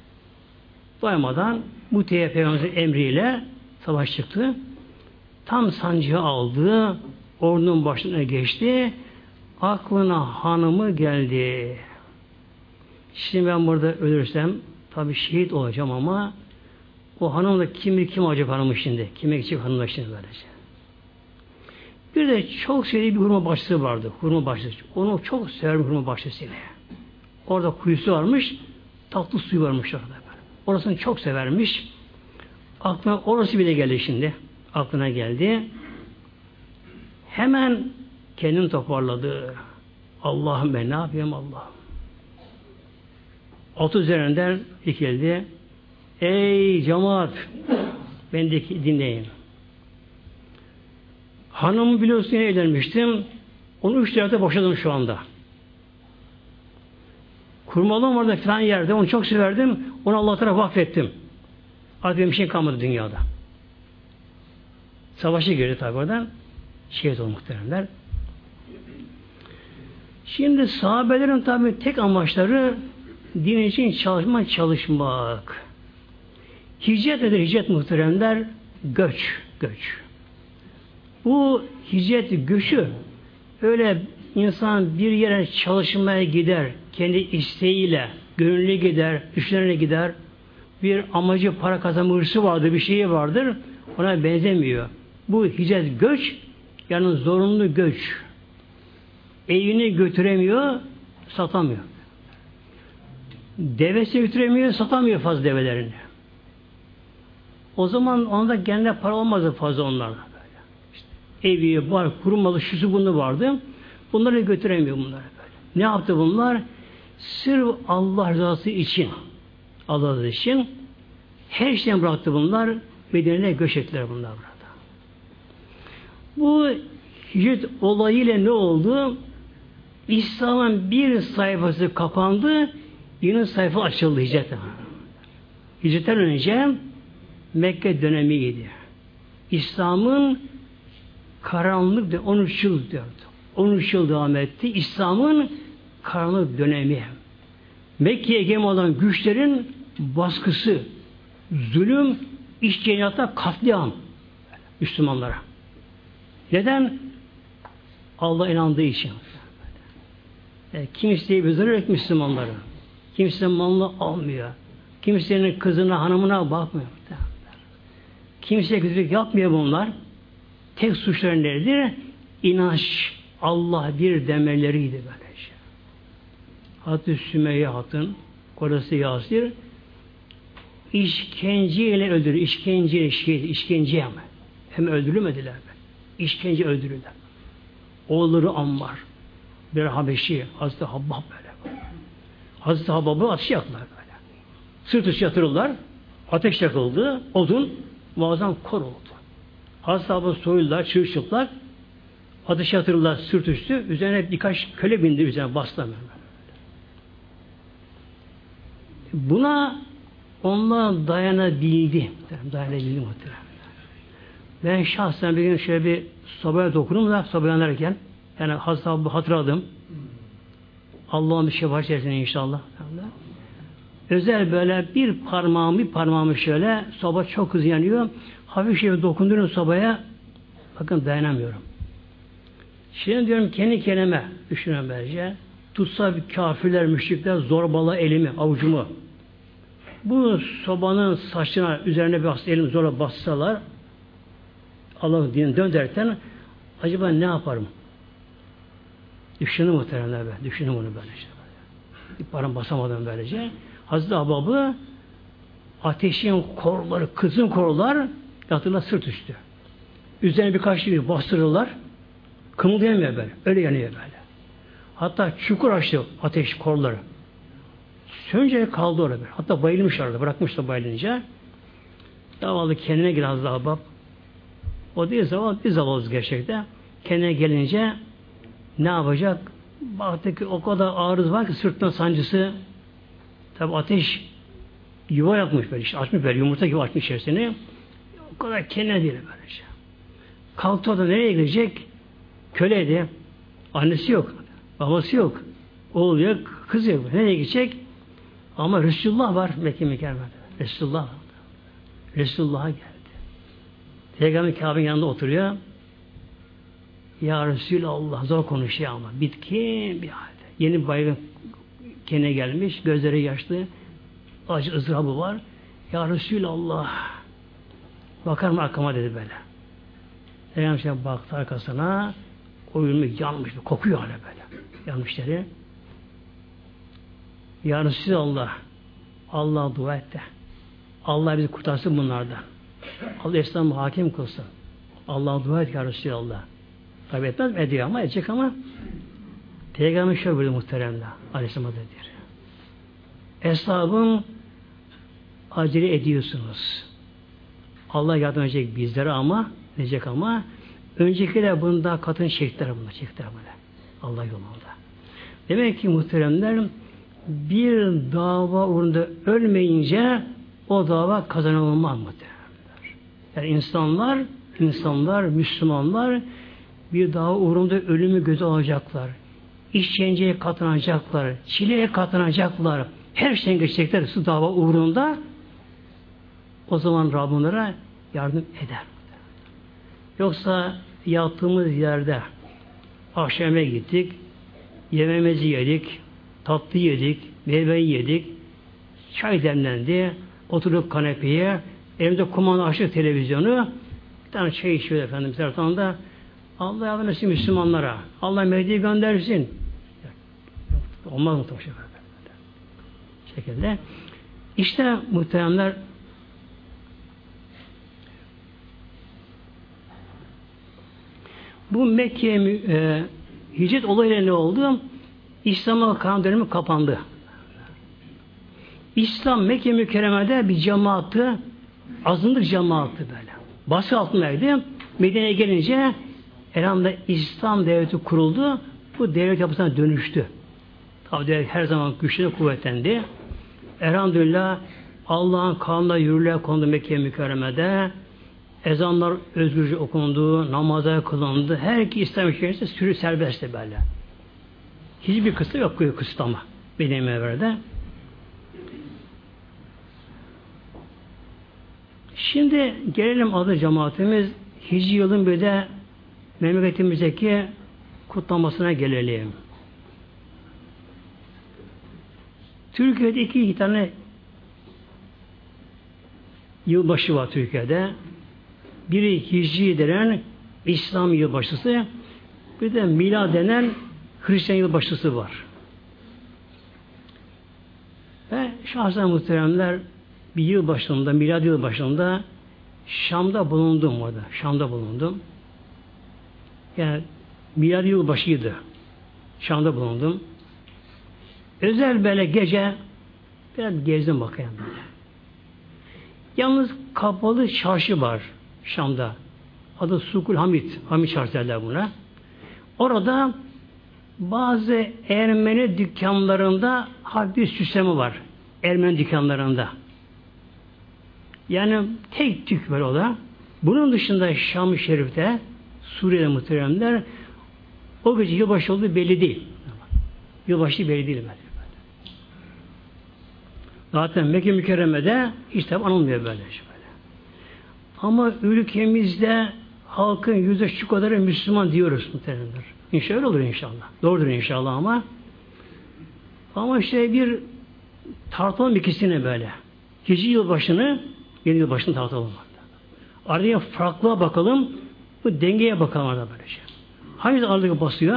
bu Peygamberimizin emriyle savaş çıktı. Tam sancıyı aldı, ordunun başına geçti, aklına hanımı geldi. Şimdi ben burada ölürsem tabii şehit olacağım ama o hanım da kim olacak hanımı şimdi? Kime gidecek hanımla şimdi böylece? Bir de çok sevdiği bir hurma başlısı vardı. Hurma başlısı. Onu çok sever hurma başlısıyla. Orada kuyusu varmış, tatlı suyu varmış orada. Orasını çok severmiş. Aklına orası bile geldi şimdi. Aklına geldi. Hemen kendini toparladı. Allah'ım ben ne yapayım Allah'ım. At üzerinden dikildi. Ey cemaat, beni de dinleyin. Hanımı biliyorsun evlenmiştim. Onu 3 yerde boşadım şu anda. Kurmalım vardı falan yerde. Onu çok severdim. Onu Allah tarafı vakfettim. Artık benim bir şey kalmadı dünyada. Savaşa girdi tabi oradan. Şehit oldu muhteremler. Şimdi sahabelerin tabi tek amaçları din için çalışmak. Hicret nedir? Hicret muhteremler göç. Bu hicret göçü öyle insan bir yere çalışmaya gider, kendi isteğiyle, gönüllü gider, düşünerek gider. Bir amacı para kazanma hırsı vardır, bir şeyi vardır. Ona benzemiyor. Bu hicret göç, yani zorunlu göç. Evini götüremiyor, satamıyor. Devesi götüremiyor, satamıyor fazla develerini. O zaman onda kendine para olmazdı fazla onlarda. İşte evi, var, kurmalı, şusu bunu vardı. Bunları götüremiyor bunlar böyle. Ne yaptı bunlar? Sırf Allah rızası için, Allah rızası için her şeyden bıraktı bunlar. Medine'ye göç ettiler bunlar burada. Bu hicret olayıyla ne oldu? İslam'ın bir sayfası kapandı, yeni sayfa açıldı hicretten. Hicretten önce Mekke dönemiydi. İslam'ın karanlık 13 yıl diyordu. 13 yıl devam etti. İslam'ın karanlık dönemi. Mekke'ye gemi olan güçlerin baskısı, zulüm, işkenceler, katliam Müslümanlara. Neden? Allah inandığı için. Kimseye bir zarar yok Müslümanlara. Kimse malını almıyor. Kimsenin kızına, hanımına bakmıyor. Kimseye kötülük yapmıyor bunlar. Tek suçları nedir? İnanç, Allah bir demeleriydi böylece. Hazreti Sümeyye Hatun, kocası Yasir, işkenceyle öldürür. İşkence ama. Hem öldürülmediler. İşkence öldürüldüler. Oğulları Ammar, bir Habeşi, Hazreti Habbab böyle. Hazreti Habbab'ı ateş yaktılar böyle. Sırt üstü yatırırlar, ateş yakıldı, odun muazzam kor oldu. Hazreti Habbab'ı soyuldular, çırçıplak, ateş yatırırlar sırt üstü, üzerine birkaç köle bindi üzerine bastılar. Buna onlar dayanabildi. Dayanabildi muhtemelen. Ben şahsen bir gün şöyle bir sobaya dokundum da soba yanarken, yani Hazreti Habbab'ı hatırladım. Allah'ın bir şey var içerisinde inşallah. Özel böyle bir parmağımı şöyle, soba çok hızlı yanıyor. Hafif şey dokunduruyorum sobaya, bakın dayanamıyorum. Şimdi diyorum kendi kendime düşünüyorum bence. Tutsa bir kafirler, müşrikler zorbala elimi, avucumu. Bu sobanın saçına üzerine bir elimi zorla bassalar, Allah'ın dinini döndürürken acaba ne yaparım? Düşündüm muhteremler ben. Düşündüm onu böylece. Bir param basamadım böylece. Hazreti Habbab'ı ateşin korları, kızın korlar yatırlar sırt üstü. Üzerine birkaç gibi bastırırlar. Kımıldayamıyor böyle. Öyle yanıyor böyle. Hatta çukur açtı ateş korları. Sönce kaldı orada böyle. Hatta bayılmışlardı. Bırakmışlar bayılınca. Zavallı kendine gelen Hazreti Habbab. O değil zavallı, bir zavallız gerçekten. Kendine gelince ne yapacak? Baktı ki o kadar ağrı var ki sırttan sancısı. Tabi ateş yuva yapmış böyle işte. Açmış böyle yumurta gibi açmış içerisini. O kadar kendine değil böylece. Kalktı o da nereye gidecek? Köleydi. Annesi yok. Babası yok. Oğlu yok. Kız yok. Nereye gidecek? Ama Resulullah var Mekke mükerremede. Resulullah'a geldi. Peygamber Kabe'nin yanında oturuyor. Ya Resulallah zor konuşuyor ama bitkin bir halde. Yeni baygın kendine gelmiş. Gözleri yaşlı. Acı ızdırabı var. Ya Resulallah bakar mı arkama dedi böyle. Peygamber baktı arkasına. O yürümüş yanmış. Kokuyor hala böyle. Yanmışları. Ya Resulallah Allah'a dua et de. Allah bizi kurtarsın bunlardan. Allah İslam'ı hakim kılsın. Allah'a dua et ya Resulallah. Tabi etmez mi? Ediyor ama edecek ama Peygamber şöyle buyurdu muhteremler. Aleyhisselam diyor. Eshabım acele ediyorsunuz. Allah yardım edecek bizlere ama diyecek ama öncekiler bunu daha katını çektiler böyle. Allah yolunda. Demek ki muhteremler bir dava uğrunda ölmeyince o dava kazanılmaz muhteremler. Yani insanlar, Müslümanlar bir dava uğrunda ölümü göze alacaklar. İşkenceye katlanacaklar, çileye katlanacaklar. Her şeyden geçecekler su dava uğrunda. O zaman Rabbim onlara yardım eder. Yoksa yattığımız yerde akşama gittik, yemeğimizi yedik, tatlı yedik, meyveyi yedik, çay demlendi, oturduk kanepeye, elimde kumanda açtık televizyonu, bir tane çay içiyor efendim tarafında. Allah yardım etsin Müslümanlara. Allah Mehdi'yi göndersin. Olmaz mı? Şekilde. İşte muhteremler bu Mekke'ye hicret olayıyla ne oldu? İslam'a kalan dönemi kapandı. İslam Mekke mükerremede bir cemaati, azınlık cemaati böyle. Baskı altındaydı. Medine'ye gelince elhamdülillah İslam devleti kuruldu. Bu devlet yapısına dönüştü. Tabi devlet her zaman güçlü kuvvetlendi. Elhamdülillah Allah'ın kanuna yürürlüğe kondu Mekke mükerremede. Ezanlar özgürce okundu, namaza kılındı. Her iki İslam içerisinde sürü serbestti böyle. Hiçbir kısıt yok, kısıtlama. Benim evvelde. Şimdi gelelim adı cemaatimiz Hicri yılın bir de memleketimizdeki kutlamasına gelelim. Türkiye'de iki tane yılbaşı var Türkiye'de. Biri Hicri denen İslam yılbaşısı, bir de Milad denen Hristiyan yılbaşısı var. Ve şahsen muhteremler bir yıl başında, Milad yıl başında Şam'da bulundum orada. Şam'da bulundum. Yani Milad yıl başıydı. Şam'da bulundum. Özel böyle gece biraz gezdim bakayım böyle. Yalnız kapalı çarşı var Şam'da. Adı Sukul Hamid. Hamid çarşı derler buna. Orada bazı Ermeni dükkanlarında hafif süsleme var. Ermeni dükkanlarında. Yani tek tük böyle o da. Bunun dışında Şam-ı Şerif'te Suriye'de muhteremler o gece yılbaşı olduğu belli değil. Yılbaşı belli değil. Zaten Mekke mükerremede hiç tabi anılmıyor böyle. Ama ülkemizde halkın yüzde şu kadarı Müslüman diyoruz muhteremler. İnşallah öyle olur inşallah. Doğrudur inşallah ama işte bir tartalım ikisine böyle. Gece yılbaşını yeni yılbaşını tartalım. Araya farklığa bakalım. Bu dengeye bakalım arada böyle şey. Hangisi ağırlığı basıyor?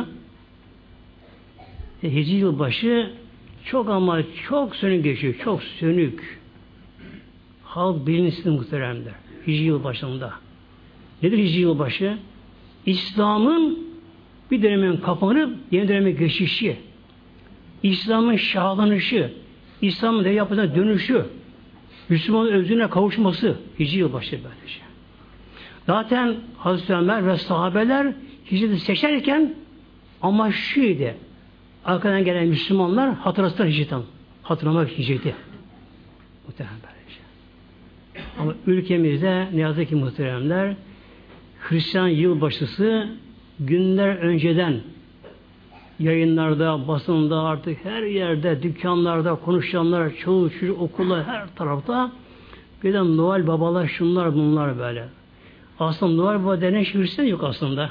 Hicri yılbaşı çok ama çok sönük geçiyor. Çok sönük. Halk bilinçsiz muhteremler. Hicri yılbaşında. Nedir Hicri yılbaşı? İslam'ın bir dönemin kapanıp yeni döneme geçişi. İslam'ın şahlanışı. İslam'ın da yapısına dönüşü. Müslümanın özüne kavuşması. Hicri yılbaşı böyle şey. Zaten Hazreti Ömer ve sahabeler hicreti seçerken amaç şuydu. Arkadan gelen Müslümanlar hatırlasınlar hicretten. Hatırlamak hicreti. Muhterem böylece. Ama ülkemizde ne yazık ki muhteremler Hristiyan yılbaşısı günler önceden yayınlarda, basında artık her yerde, dükkanlarda konuşanlar, çoğu çocuk okullar her tarafta bir de Noel babalar şunlar bunlar böyle. Aslında Noel Baba denen Hristiyan yok aslında.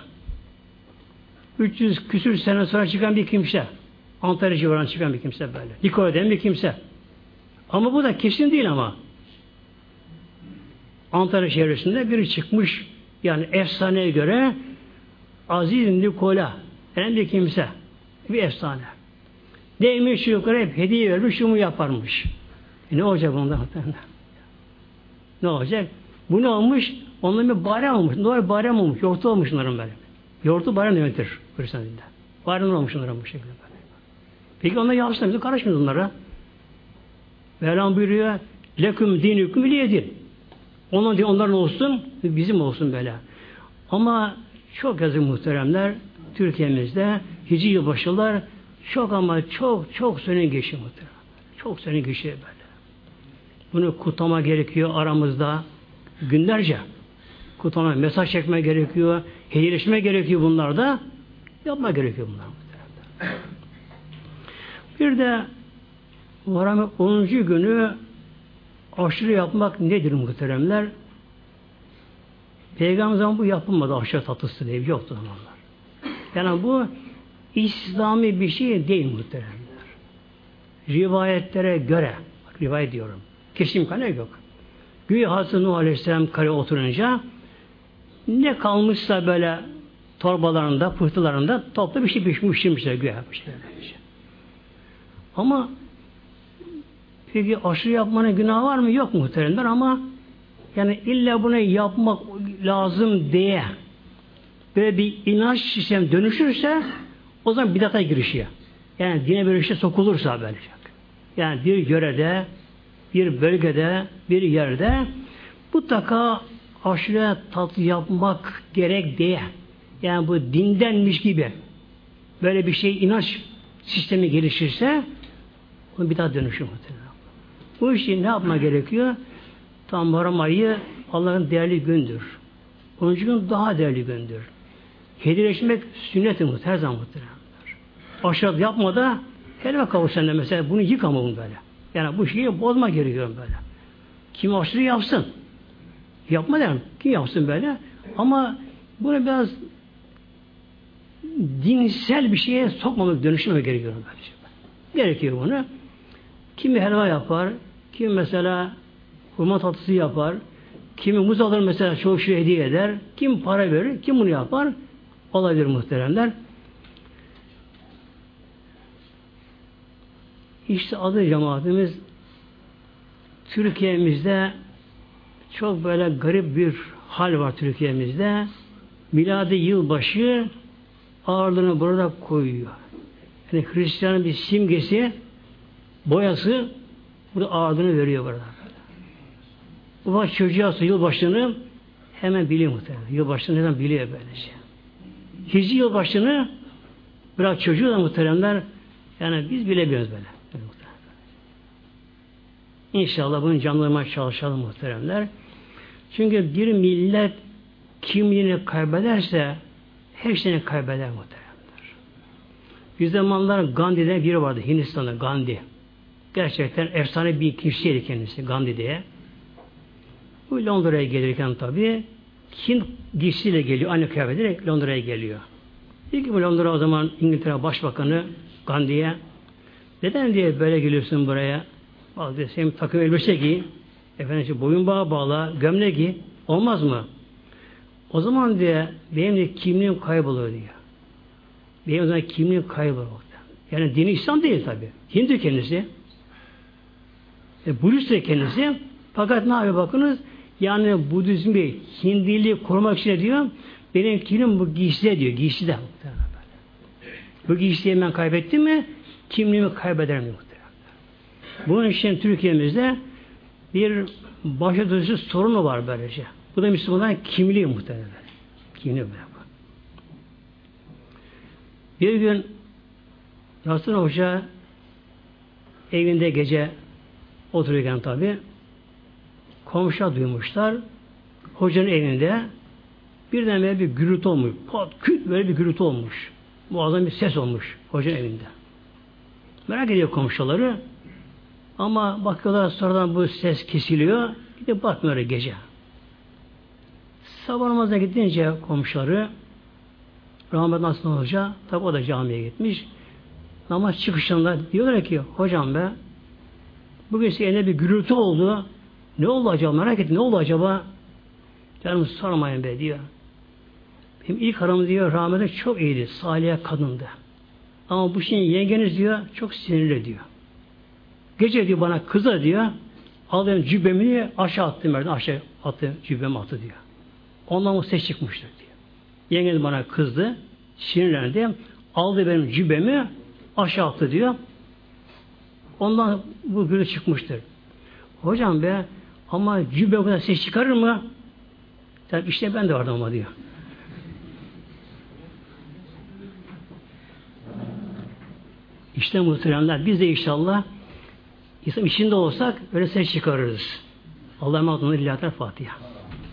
300 küsür sene sonra çıkan bir kimse. Antalya civarından çıkan bir kimse böyle. Nikola denen bir kimse. Ama bu da kesin değil ama. Antalya çevresinde biri çıkmış. Yani efsaneye göre Aziz Nikola denen bir kimse. Bir efsane. Neymiş çocuklara hep hediye vermiş, şunu yaparmış. Ne olacak bundan? Ne olacak? Bu ne olmuş? Onların bir bayram olmuş. Doğru bayram olmuş. Yoğurtlu olmuş onların böyle. Yoğurtlu bayram demektir Hristiyan dilinde. Bayram olmuş onların bu şekilde böyle. Peki onlar yanlışlar. Bizim karışmıyoruz onlara. Mevlam buyuruyor. Leküm dinüküm biliyedin. Onların olsun, bizim olsun böyle. Ama çok yazık muhteremler, Türkiye'mizde Hicri yılbaşılar çok ama çok sene geçiyor muhterem. Çok sene geçiyor böyle. Bunu kutlama gerekiyor aramızda günlerce. Kutlama, mesaj çekme gerekiyor, hediyeleşme gerekiyor bunlarda. Yapma gerekiyor bunlar muhteremler. Bir de Muharrem 10. günü aşırı yapmak nedir muhteremler? Peygamber zaman bu yapılmadı, aşırı tatlısı diye yoktu zamanlar. Yani bu İslami bir şey değil muhteremler. Rivayetlere göre, bak rivayet diyorum, kesin kaynağı yok. Güya Hazreti Nuh Aleyhisselam kare oturunca ne kalmışsa böyle torbalarında, pıhtılarında toplu bir şey pişmişler güya yapmışlar. Ama peki aşırı yapmanın günahı var mı? Yok muhteremler ama yani illa bunu yapmak lazım diye böyle bir inanç sistemi dönüşürse o zaman bidata girişiyor. Yani dine bir işte sokulursa böyle. Yani bir yörede, bir bölgede, bir yerde mutlaka aşırı tatlı yapmak gerek diye. Yani bu dindenmiş gibi böyle bir şey inanç sistemi gelişirse o bidata dönüşür muhtemelen. Bu işi ne yapma gerekiyor? Tam Muharrem ayı Allah'ın değerli gündür. 10. gün daha değerli gündür. Hediyeleşmek sünnet-i her zaman muhtemelen. Aşırı yapma da helva kavuşsan da mesela bunu yıkama bunu böyle. Yani bu şeyi bozma gerekiyor böyle. Kim aşırı yapsın. Yapma derim. Kim yapsın böyle. Ama bunu biraz dinsel bir şeye sokmamak, dönüşmemek gerekiyor böyle. Gerekiyor bunu. Kimi helva yapar, kimi mesela hurma tatlısı yapar, kimi muz alır mesela çoğu şey hediye eder, kim para verir, kim bunu yapar. Olabilir muhteremler. İşte adı cemaatimiz Türkiye'mizde çok böyle garip bir hal var Türkiye'mizde. Miladi yılbaşı ağırlığını burada koyuyor. Yani Hristiyanın bir simgesi, boyası burada ağırlığını veriyor burada. Ufak çocuğa yılbaşını hemen biliyor muhtemelen. Yılbaşını hemen biliyor böylece. Hicri yılbaşını bırak çocuğu da muhteremler yani biz bilemiyoruz böyle. İnşallah bunu canlandırmaya çalışalım muhteremler. Çünkü bir millet kimliğini kaybederse her şeyini kaybeder muhteremler. Bir zamanlar Gandhi'de biri vardı Hindistan'da Gandhi. Gerçekten efsane bir kişiydi kendisi Gandhi diye. Bu Londra'ya gelirken tabii Hint giysiyle geliyor. Aynı kıyafetle Londra'ya geliyor. İlk bu Londra o zaman İngiltere Başbakanı Gandhi'ye neden diye böyle geliyorsun buraya? Bak diye senin takım elbise giy. Efendim boyun bağı bağla, gömlek giy. Olmaz mı? O zaman diye benim de kimliğim kayboluyor diyor. Benim o zaman kimliğim kayboluyor. Yani dini İslam değil tabii. Hindu kendisi. Budist de kendisi. Fakat ne yapıyor bakınız? Yani Budizmi, Hindiliği korumak için diyor. Benim kimliğim bu giyside diyor. Giyside. Bu giysiyi ben kaybettim mi kimliğimi kaybederim diyor. Bunun için Türkiye'mizde bir başörtüsü sorunu var böylece. Bu da Müslümanların kimliği muhtemelen. Kimliği böyle. Bir gün Nasır Hoca evinde gece otururken tabi komşular duymuşlar. Hocanın evinde birden böyle bir gürültü olmuş. Pat küt böyle bir gürültü olmuş. Muazzam bir ses olmuş hocanın evinde. Merak ediyor komşuları. Ama bakıyorlar sonradan bu ses kesiliyor. Bir de bakmıyor gece. Sabah namazına gidince komşuları Rahmet Nasır Hoca tabi o da camiye gitmiş. Namaz çıkışında diyorlar ki hocam be bugün seninle bir gürültü oldu. Ne oldu acaba? Merak ettim. Ne oldu acaba? Canım sormayın be diyor. Benim ilk hanım diyor rahmetli çok iyiydi. Salih kadındı. Ama bu şimdi yengeniz diyor çok sinirli diyor. Gece diyor bana kıza diyor aldım cübbemi aşağı attım yerden aşağı attı cübbemi attı diyor. Ondan o ses çıkmıştır diyor. Yengeniz bana kızdı. Sinirlendi. Aldı benim cübbemi aşağı attı diyor. Ondan bu gürültü çıkmıştır. Hocam be ama cübbe o kadar ses çıkarır mı? Tabi işte ben de vardım ama diyor. İşte muhteremler biz de inşallah İslam içinde olsak öyle ses çıkarırız. Allah'a emanet olun. Fatiha.